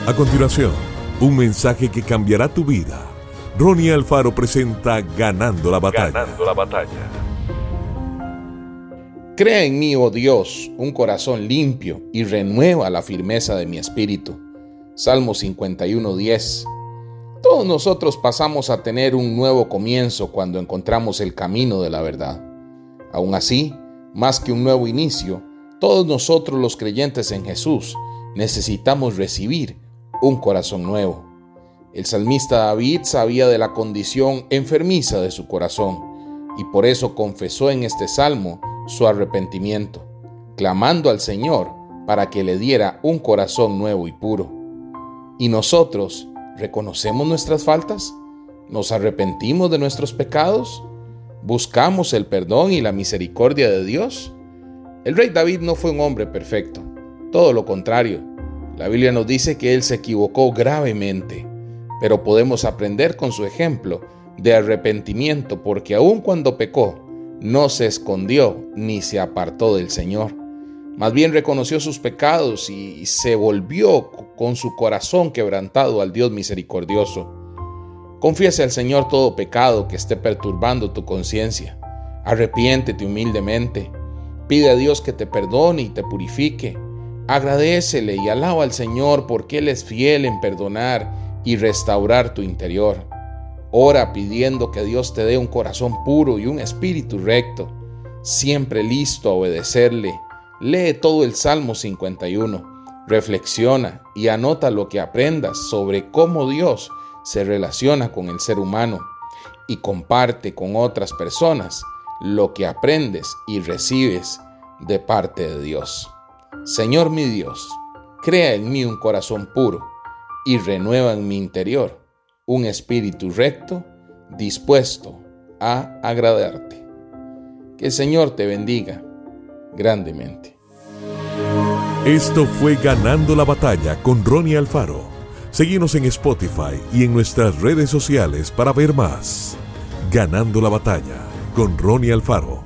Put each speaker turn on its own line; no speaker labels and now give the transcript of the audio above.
A continuación, un mensaje que cambiará tu vida. Ronnie Alfaro presenta Ganando la Batalla. Ganando la Batalla.
Crea en mí, oh Dios, un corazón limpio y renueva la firmeza de mi espíritu. Salmo 51:10. Todos nosotros pasamos a tener un nuevo comienzo cuando encontramos el camino de la verdad. Aún así, más que un nuevo inicio, todos nosotros los creyentes en Jesús necesitamos recibir un corazón nuevo. El salmista David sabía de la condición enfermiza de su corazón y por eso confesó en este salmo su arrepentimiento, clamando al Señor para que le diera un corazón nuevo y puro. ¿Y nosotros reconocemos nuestras faltas? ¿Nos arrepentimos de nuestros pecados? ¿Buscamos el perdón y la misericordia de Dios? El rey David no fue un hombre perfecto, todo lo contrario. La Biblia nos dice que él se equivocó gravemente, pero podemos aprender con su ejemplo de arrepentimiento porque aun cuando pecó, no se escondió ni se apartó del Señor. Más bien reconoció sus pecados y se volvió con su corazón quebrantado al Dios misericordioso. Confiesa al Señor todo pecado que esté perturbando tu conciencia. Arrepiéntete humildemente. Pide a Dios que te perdone y te purifique. Agradécele y alaba al Señor porque Él es fiel en perdonar y restaurar tu interior. Ora pidiendo que Dios te dé un corazón puro y un espíritu recto, siempre listo a obedecerle. Lee todo el Salmo 51, reflexiona y anota lo que aprendas sobre cómo Dios se relaciona con el ser humano y comparte con otras personas lo que aprendes y recibes de parte de Dios. Señor mi Dios, crea en mí un corazón puro y renueva en mi interior un espíritu recto, dispuesto a agradarte. Que el Señor te bendiga grandemente.
Esto fue Ganando la Batalla con Ronnie Alfaro. Síguenos en Spotify y en nuestras redes sociales para ver más. Ganando la Batalla con Ronnie Alfaro.